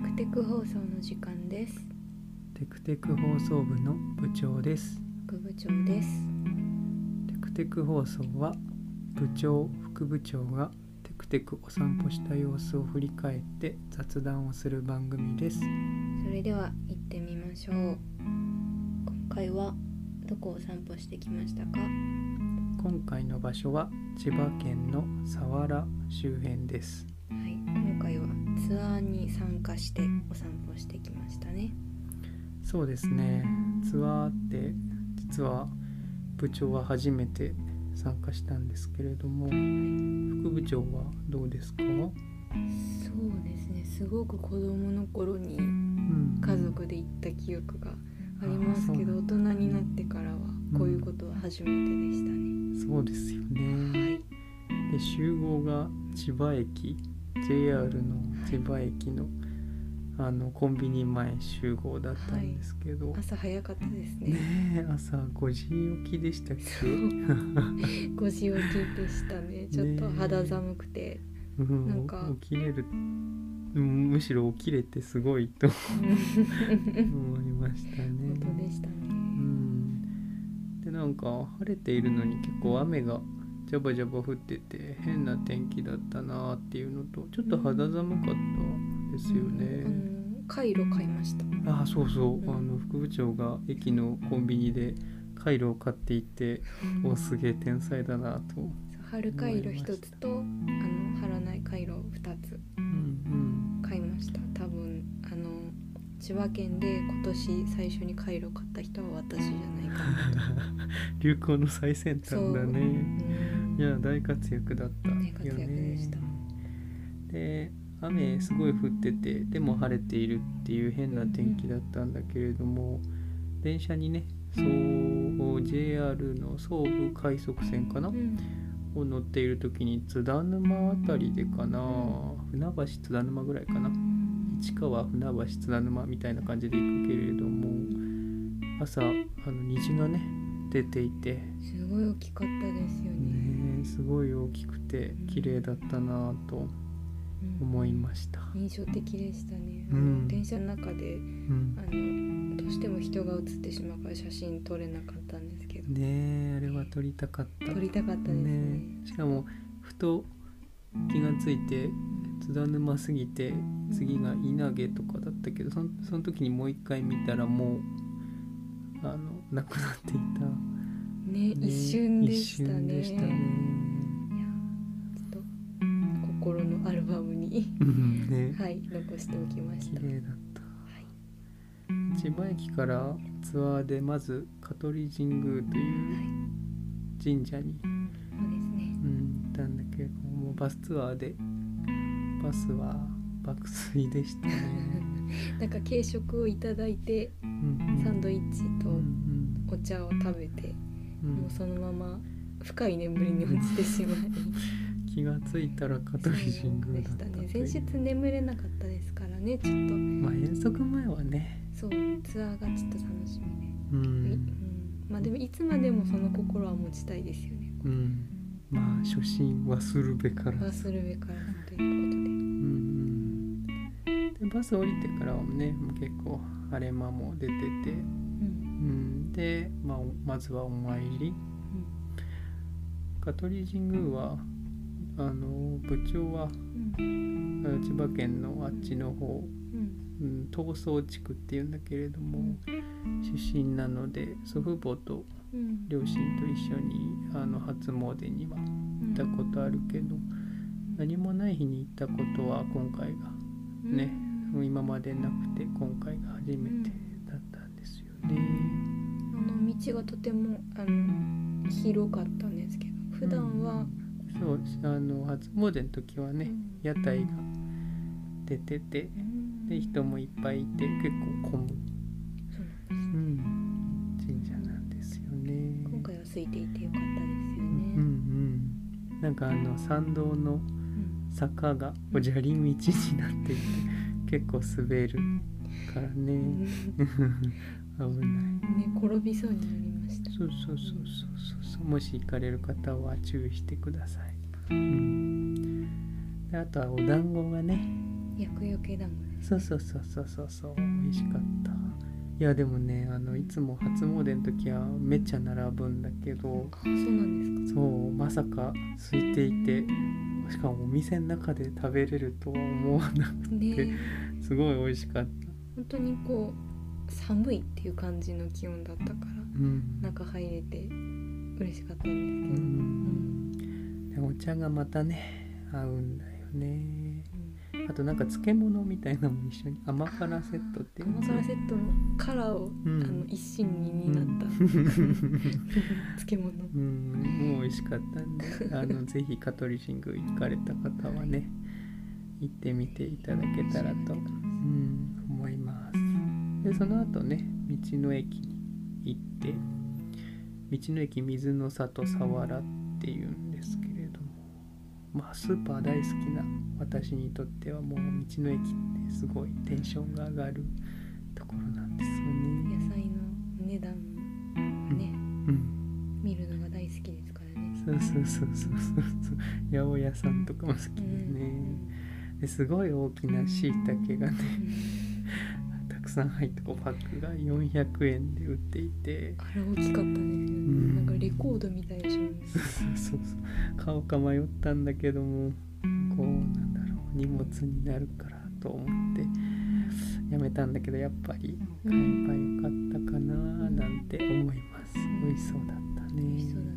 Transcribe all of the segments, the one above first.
クテク放送の時間です。 テクテク放送部の部長です。 副部長です。 テクテク放送は部長、副部長がテクテクお散歩した様子を振り返って雑談をする番組です。 それでは行ってみましょう。今回はどこを散歩してきましたか？ 今回の場所は千葉県の佐原周辺です。 はい、今回はツアーに参加してお散歩してきましたね。 そうですね。ツアーって実は部長は初めて参加したんですけれども、副部長はどうですか？ そうですね、すごく子供の頃に家族で行った記憶がありますけど、大人になってからはこういうことは初めてでしたね。 そうですよね。 はい。 で、集合が千葉駅、JR の千葉駅のコンビニ前集合だったんですけど、 朝早かったですね。 ねえ、朝5時起きでしたっけ 5時起きでしたね。ちょっと肌寒くて、なんか起きれる、むしろ起きれてすごいと思いましたね。 本当でしたね。 で、なんか晴れているのに結構雨がジャバジャバ降ってて変な天気だったなっていうのと、ちょっと肌寒かったですよね。 カイロ買いました。 そうそう、副部長が駅のコンビニでカイロを買っていて、すげえ天才だなと。 春カイロ1つと貼らないカイロ2つ買いました。多分千葉県で今年最初にカイロ買った人は私じゃないかなと流行の最先端だね。いや、大活躍だったよね。 大活躍でした。 で、雨すごい降ってて、でも晴れているっていう変な天気だったんだけれども、電車にね、JR の総武快速線かな、を乗っている時に津田沼あたりでかな、船橋津田沼ぐらいかな、市川船橋津田沼みたいな感じで行くけれども、朝虹がね出ていて、 すごい大きかったですよね。 すごい大きくて綺麗だったなと思いました。 印象的でしたね。電車の中で、どうしても人が映ってしまうから写真撮れなかったんですけどね。あれは撮りたかったですね。 しかもふと気がついて、津田沼過ぎて次が稲毛とかだったけど、その時にもう一回見たらもうなくなっていたね。一瞬でしたね。いや、ちょっと心のアルバムにはい、残しておきました。 綺麗だった。千葉駅からツアーでまず香取神宮という神社に、行ったんだけども、バスツアーでバスは爆睡でしたね。 なんか軽食をいただいて、サンドイッチとお茶を食べて、もうそのまま深い眠りに落ちてしまい気がついたら香取神宮だったという。 前日眠れなかったですからね、ちょっと。 遠足前はね、 そう、ツアーがちょっと楽しみで、でもいつまでもその心は持ちたいですよね。 初心忘るべからずということで、バス降りてからはね、結構晴れ間も出てて、で、まずはお参り。香取神宮は部長は、千葉県のあっちの方、東総地区っていうんだけれども、出身なので祖父母と両親と一緒に初詣には行ったことあるけど、何もない日に行ったことは今回がね、今までなくて今回が初めてだったんですよね。 道がとても広かったんですけど、普段は、 そう、初詣の時はね、屋台が出てて、で人もいっぱいいて結構混む神社なんですよね。 今回は空いていてよかったですよね。 なんか参道の坂が砂利道になっていて、結構滑るからね危ないね、 転びそうになりました。 そう、もし行かれる方は注意してください。で、あとはお団子がね厄除け団子ね。 そう美味しかった。いやでもねいつも初詣の時はめっちゃ並ぶんだけど、 そうなんですか。 そうまさか空いていて、しかもお店の中で食べれるとは思わなくて、ね、すごい美味しかった。 本当にこう寒いっていう感じの気温だったから、中入れて嬉しかったんですけど、でお茶がまたね合うんだよね。あとなんか漬物みたいなのも一緒に、甘辛セットっていう、 甘辛セットのカラーを、一心になった、漬物、 もう美味しかったんでぜひ香取神宮行かれた方はね、行ってみていただけたらと、思います。でその後ね道の駅に行って、道の駅水の里さわらっていうんですけれども、スーパー大好きな私にとってはもう道の駅ってすごいテンションが上がるところなんですよね。 野菜のお値段もね、見るのが大好きですからね。 そう八百屋さんとかも好きでね、ですごい大きなしいたけがねたくさん入ったパックが400円で売っていて、 あれ大きかったですよね、なんかレコードみたいでしょうね。 そう買おうか迷ったんだけども、こうなんだろう、荷物になるからと思ってやめたんだけど、やっぱり買えばよかったかななんて思います。美味しそうだったね。 美味しそうだった。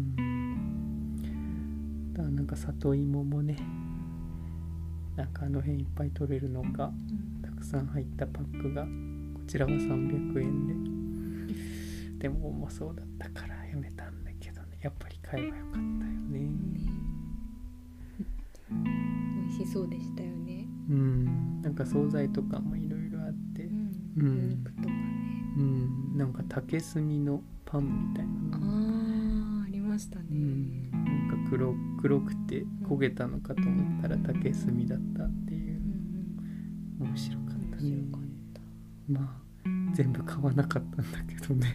だからなんか里芋もね、なんかあの辺いっぱい取れるのが、たくさん入ったパックがこちらは300円で、でもうまそうだったからやめたんだけどね、やっぱり買えばよかったよね。 美味しそうでしたよね。 なんか惣菜とかもいろいろあって、 肉とかね、 なんか竹炭のパンみたいなの、ありましたね。 なんか黒くて焦げたのかと思ったら竹炭だったっていう、面白かったね。まあ全部買わなかったんだけどね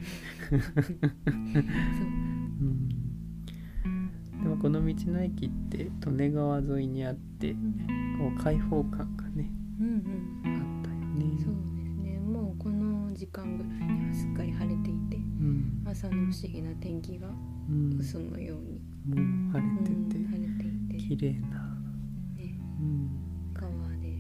でもこの道の駅って利根川沿いにあって、こう開放感がね、あったよね。 そうですね。もうこの時間ぐらいにはすっかり晴れていて、朝の不思議な天気が嘘のように、 もう晴れてて、綺麗な、 川で、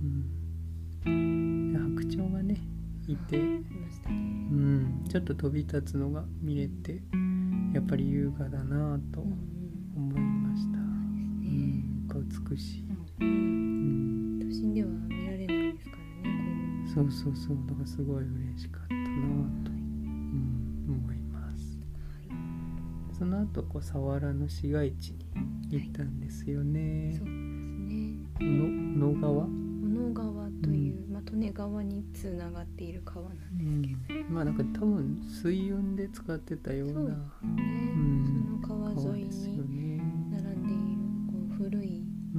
白鳥がねいて、 いましたね。 ちょっと飛び立つのが見れて、やっぱり優雅だなと思いました。美しい。都心では見られないですからね。 そうだからすごい嬉しかったなと、思います。その後佐原の市街地に行ったんですよね。 そうですね。 小野川という、利根川につながっている川なんですけど、 なんか多分水運で使ってたような、 そうですね、その川沿いに並んでいるこう古い、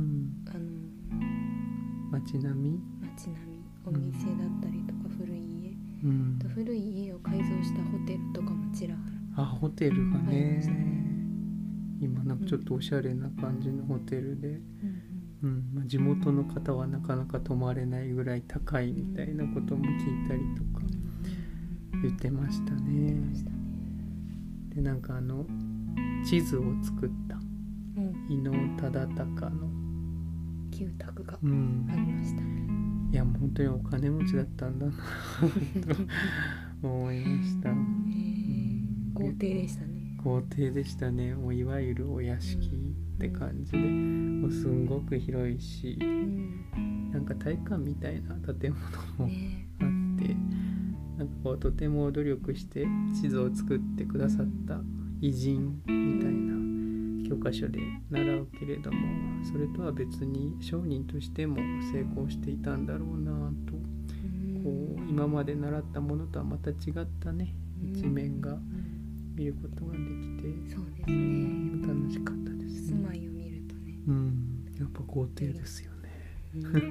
街並みお店だったりとか古い家、古い家を改造したホテルとかもちらほら、 ホテルがね、今なんかちょっとおしゃれな感じのホテルで、地元の方はなかなか泊まれないぐらい高いみたいなことも聞いたりとか言ってましたね。でなんか地図を作った伊能忠敬の旧宅がありましたね。 いやもう本当にお金持ちだったんだなと思いました。 豪邸でしたね。 豪邸でしたね。もういわゆるお屋敷って感じで、もうすんごく広いし、なんか体育館みたいな建物もあって、なんかこうとても努力して地図を作ってくださった偉人みたいな教科書で習うけれども、それとは別に商人としても成功していたんだろうなと、こう今まで習ったものとはまた違ったね一面が見ることができて、 そうですね、 楽しかったですね。住まいを見るとね、 やっぱ豪邸ですよね。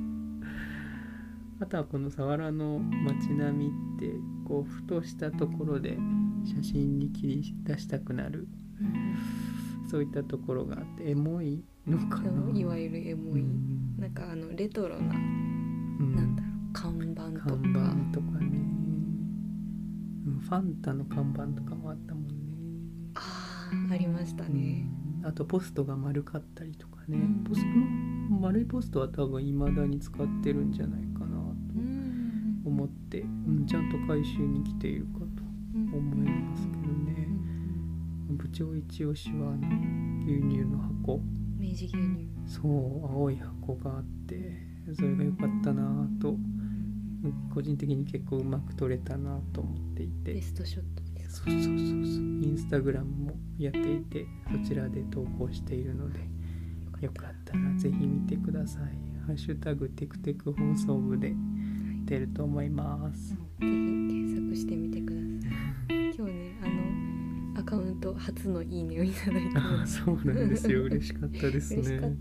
あとはこの佐原の街並みってこうふとしたところで写真に切り出したくなるそういったところがあって、エモいのかな、 いわゆるエモい、なんかレトロな、なんだろう、看板とかね、ファンタの看板とかもあったもんね。 ありましたね。 あとポストが丸かったりとかね、ポスト丸いポストは多分未だに使ってるんじゃないかなと思って、ちゃんと回収に来ているかと思いますけどね。部長一押しは牛乳の箱、 明治牛乳、 そう青い箱があって、それが良かったなと、個人的に結構うまく撮れたなと思っていて、 ベストショットです。 そうインスタグラムもやっていて、そちらで投稿しているので、よかったらぜひ見てください。ハッシュタグテクテク放送部で出ると思います。 ぜひ検索してみてください。今日ね、アカウント初のいいねをいただいてます。 そうなんですよ。嬉しかったですね。 嬉しかった。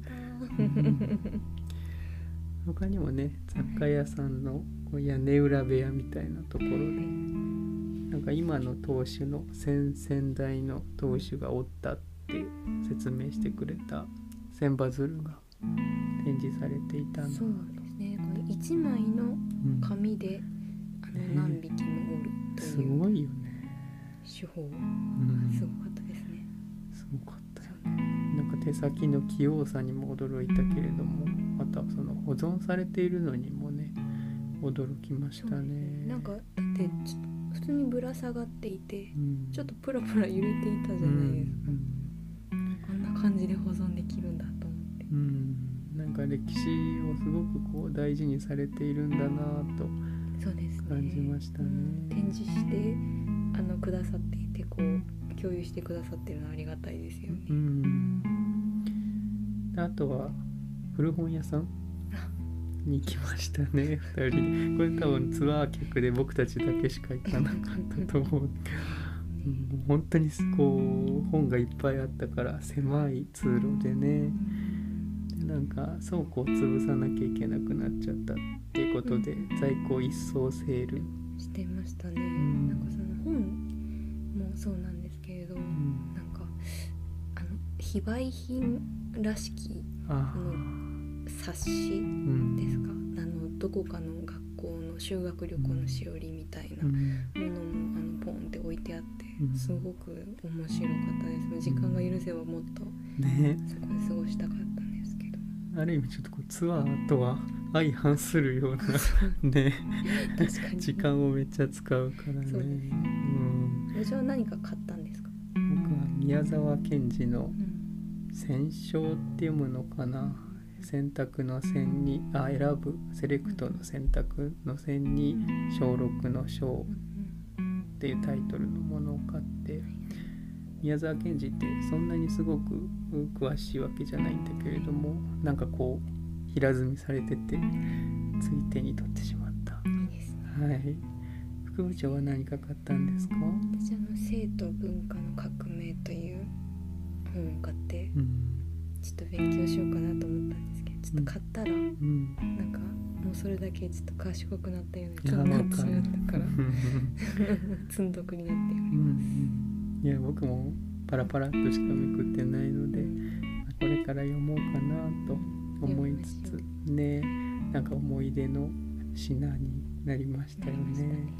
他にもね、雑貨屋さんの屋根裏部屋みたいなところで、なんか今の当主の先々代の当主がおったって説明してくれた千羽鶴が展示されていたの。 そうですね。これ1枚の紙で、何匹もおるという、 すごいよね。 手法、すごかったですね。 すごかったよね。なんか手先の器用さにも驚いたけれども、またその保存されているのにもね、驚きましたね。 なんかだって普通にぶら下がっていて、ちょっとプラプラ揺れていたじゃないですか。こんな感じで保存できるんだと思って、 なんか歴史をすごくこう大事にされているんだなと感じましたね。 展示してくださっていて、こう共有してくださってるのはありがたいですよね。 あとは古本屋さんに行きましたね、2人で。これ多分ツアー客で僕たちだけしか行かなかったと思う。本当にこう本がいっぱいあったから狭い通路でね、なんか倉庫を潰さなきゃいけなくなっちゃったっていうことで、在庫一掃セールしてましたね。なんかその本もそうなんですけれど、なんか非売品らしき冊子ですか、どこかの学校の修学旅行のしおりみたいなものもポンって置いてあって、すごく面白かったです。時間が許せばもっとそこで過ごしたかったんですけど、 ある意味ちょっとこうツアーとは相反するようなね確かに時間をめっちゃ使うからね。 そうですね。私は何か買ったんですか？ 僕は宮沢賢治の選書って読むのかな、選択の選に選ぶ、セレクトの選択の選に小6の小っていうタイトルのものを買って、宮沢賢治ってそんなにすごく詳しいわけじゃないんだけれども、なんかこう平積みされててつい手に取ってしまった。 いいですね。 はい。副部長は何か買ったんですか？ 私生と文化の革命という本を買って、ちょっと勉強しようかなと思ったんですけど、ちょっと買ったら、なんかもうそれだけちょっと賢くなったような気になってしまったから積んどくになっております。 いや僕もパラパラっとしかめくってないので、これから読もうかなと思いつつね、なんか思い出の品になりましたよね。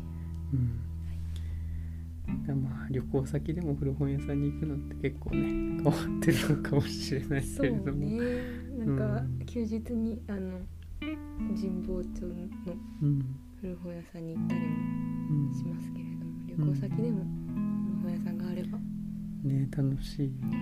まあ旅行先でも古本屋さんに行くのって結構ね変わってるのかもしれないけれども、そうね、 なんか休日に神保町の古本屋さんに行ったりもしますけれども、旅行先でも古本屋さんがあればね楽しいよね。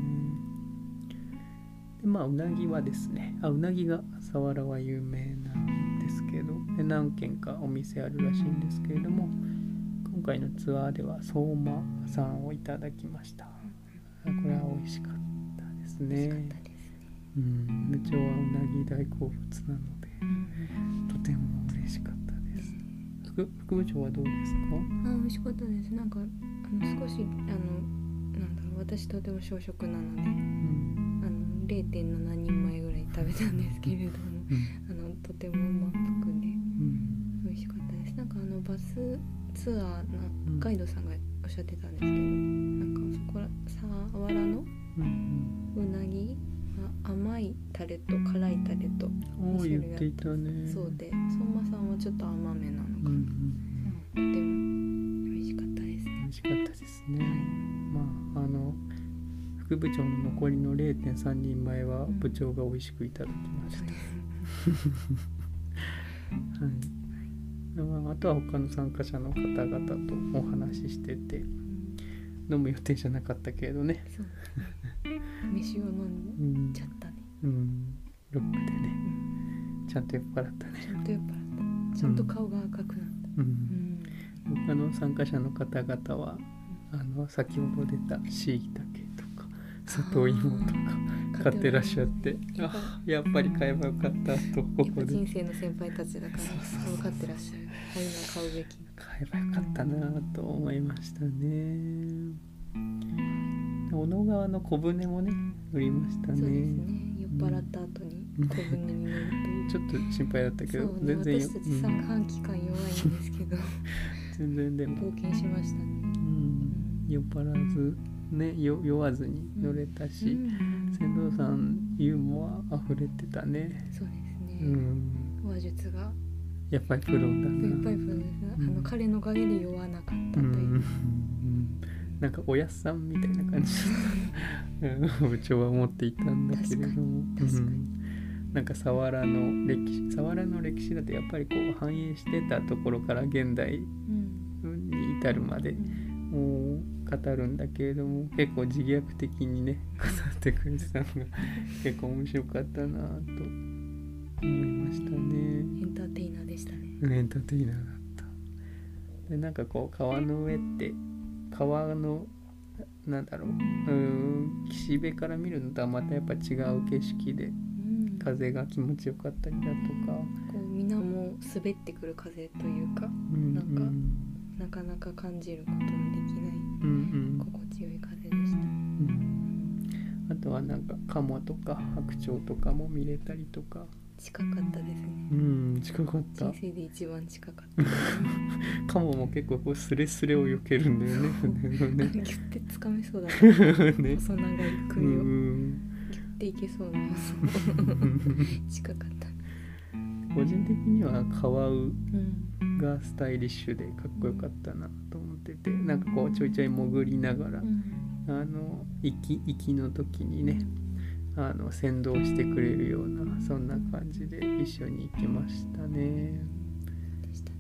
でまあうなぎはですね、うなぎが佐原は有名なんですけど、で何軒かお店あるらしいんですけれども、今回のツアーでは相馬さんをいただきました。これは美味しかったですね。部長はうなぎ大好物なので、とても嬉しかったです。副部長はどうですか？ 美味しかったです。なんか少しなんだろう、私とても小食なので、0.7 人前ぐらい食べたんですけれども、とても満腹で美味しかったです。なんかバスツアーのガイドさんがおっしゃってたんですけど、なんかそこら佐原のっていたね。 そうで、相馬さんはちょっと甘めなのかな、とても美味しかったですね。 美味しかったですね。まあ副部長の残りの 0.3 人前は部長が美味しくいただきました。はい。まあ、あとは他の参加者の方々とお話ししてて、飲む予定じゃなかったけれどね。 そう飯を飲んじゃったね。 ロックでね、ちゃんと酔っ払ったね。 ちゃんと酔っ払った。ちゃんと顔が赤くなった。 他の参加者の方々は先ほど出たしいたけとか里芋とか買ってらっしゃって、やっぱり買えばよかったとここで。 人生の先輩たちだからそう買ってらっしゃる。ああいうの買うべき。 買えばよかったなと思いましたね。小野川の小舟もね乗りましたね。 そうですね。酔っ払った後に小舟に乗るという。 ちょっと心配だったけど、 そうね、 全然私たち三半期間弱いんですけど全然でも冒険しましたね。 酔っ払わずね、酔わずに乗れたし、船頭さんユーモア溢れてたね。 そうですね。話術がやっぱりプロだな。 やっぱりプロです。彼のおかげで酔わなかったという。 なんかおやっさんみたいな感じ部長は思っていたんだけれども、なんか佐原の歴史だとやっぱりこう反映してたところから現代に至るまでもう語るんだけれども、結構自虐的にね語ってくれてたのが結構面白かったなと思いましたね。 エンターテイナーでしたね。 エンターテイナーだった。でなんかこう川の上って川のなんだろう、岸辺から見るのとはまたやっぱ違う景色で、風が気持ちよかったりだとか、 こう水面も滑ってくる風というか、なかなか感じることのできない心地よい風でした。 あとはなんかカモとか白鳥とかも見れたりとか。 近かったですね。 近かった。 人生で一番近かった。 カモも結構こうスレスレを避けるんだよね。 ギュッて掴めそうだったね。細長い首をギュッていけそうな近かった。 個人的にはカワウがスタイリッシュでかっこよかったなと思ってて、なんかこうちょいちょい潜りながら、行きの時にね先導してくれるようなそんな感じで一緒に行きましたね。 でしたね。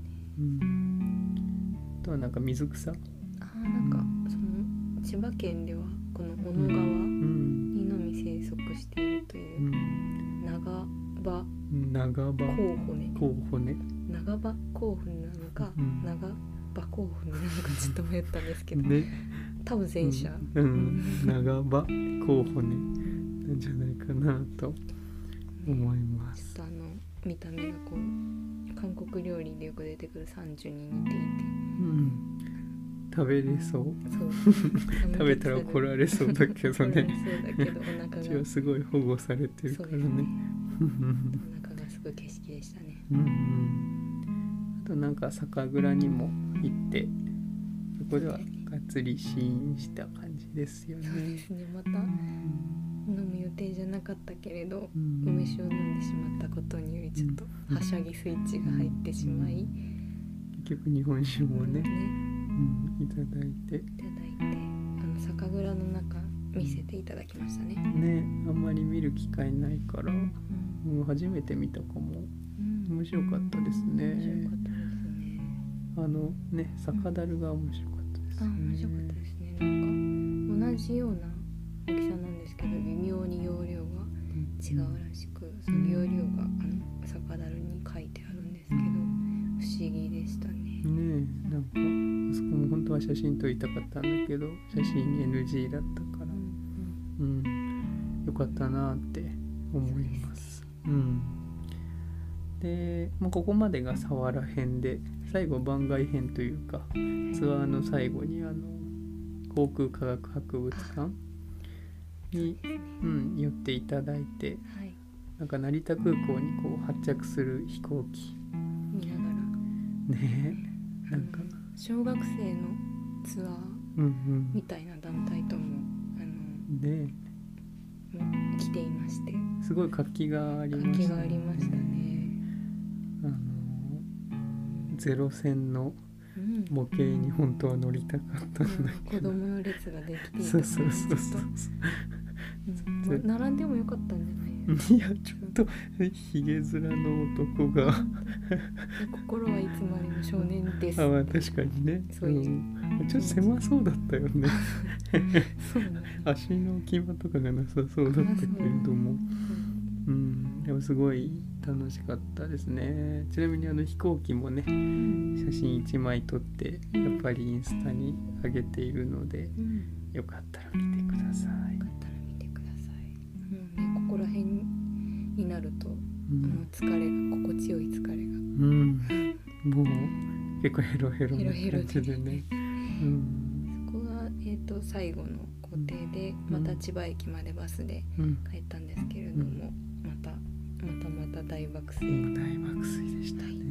あとはなんか水草。 なんかその千葉県ではこの小野川にのみ生息しているという長場コウホネ長場コウホネなのか、長場コウホネなのかちょっと迷ったんですけど、多分前者。 長場コウホネなんじゃないかなと思います。 ちょっと見た目がこう韓国料理でよく出てくるサンジュに似ていて、 食べれそう食べたら怒られそうだけどねお腹が一応すごい保護されてるからね。 お腹がすごい景色でしたね。 あとなんか酒蔵にも行ってそこではがっつり試飲した感じですよね。 そうですね。また飲む予定じゃなかったけれど、梅酒を飲んでしまったことによりちょっとはしゃぎスイッチが入ってしまい、 結局日本酒もね、いただいて酒蔵の中見せていただきましたね。 あんまり見る機会ないから、初めて見たかも。面白かったですね。酒樽が面白かったですね。 面白かったですね。なんか同じような大きさなんですけど微妙に容量が違うらしく、その容量が酒樽に書いてあるんですけど不思議でしたね。 なんかあそこも本当は写真撮りたかったんだけど写真 NG だったから、よかったなって思います。で、ここまでが佐原編で、最後番外編というかツアーの最後に航空科学博物館に、寄っていただいて、なんか成田空港にこう発着する飛行機見ながらなんか小学生のツアーみたいな団体とも来ていまして、 すごい活気がありましたね。 ゼロ戦の模型に本当は乗りたかったんだけど、 子供の列ができていた。 そうそうそうそう並んでもよかったんじゃない？ いやちょっとひげ面の男が心はいつまでも少年です。 あ、まあ、確かにね、 そういう、 ちょっと狭そうだったよねそうね、 足の置き場とかがなさそうだったけれども、でもすごい楽しかったですね。ちなみに飛行機もね、写真1枚撮ってやっぱりインスタに上げているので、よかったら見てください。 よかったら見てください。ここら辺になると、疲れが心地よい疲れが、 もう結構ヘロヘロな感じでね。 そこが、最後の工程で、また千葉駅までバスで帰ったんですけれども、また大爆睡でしたね。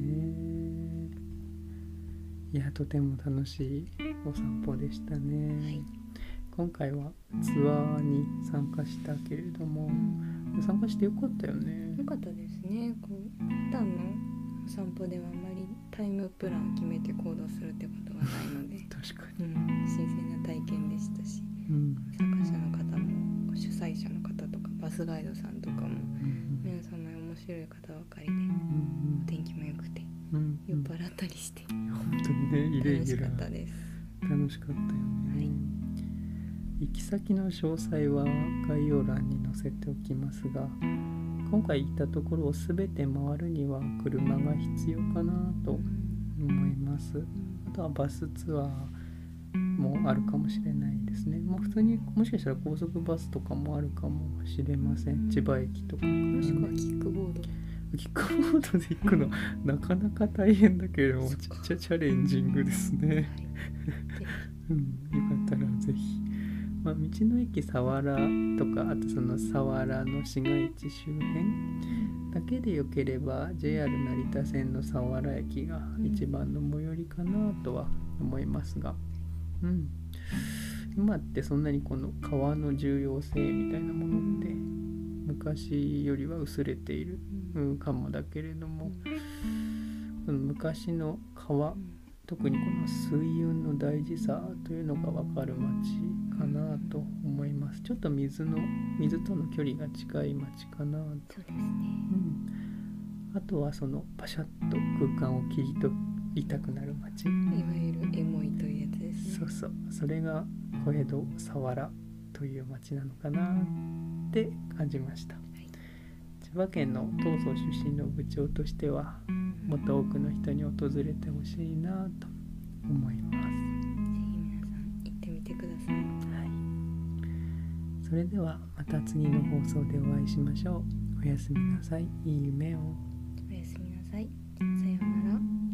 いや、とても楽しいお散歩でしたね。今回はツアーに参加したけれども、参加してよかったよね。 よかったですね。普段のお散歩ではあまりタイムプラン決めて行動するってことがないので確かに、 新鮮な体験でしたし、参加者の方も主催者の方とかバスガイドさんとかも、皆様面白い方ばかりで、お天気も良くて、酔っ払ったりして、 本当にね、イレギュラー楽しかったです。 楽しかったよね。行き先の詳細は概要欄に載せておきますが、今回行ったところを全て回るには車が必要かなと思います。あとはバスツアーもあるかもしれないですね。普通にもしかしたら高速バスとかもあるかもしれません。千葉駅とか、 もしくはキックボードで行くのなかなか大変だけれども、ちっちゃチャレンジングですね。よかったらぜひ。道の駅佐原とか、あとその佐原の市街地周辺だけでよければ JR 成田線の佐原駅が一番の最寄りかなとは思いますが、今ってそんなにこの川の重要性みたいなものって昔よりは薄れている、かもだけれども、その昔の川、特にこの水運の大事さというのが分かる街かなと思います。ちょっと水との距離が近い街かなと。 そうですね。 あとはそのパシャッと空間を切り取りたくなる街、いわゆるエモいというやつですね。 それが小江戸佐原という街なのかなって感じました。千葉県の東総出身の部長としては、もっと多くの人に訪れてほしいなと思います。ぜひ皆さん行ってみてください。 それではまた次の放送でお会いしましょう。おやすみなさい。いい夢を。 おやすみなさい。さようなら。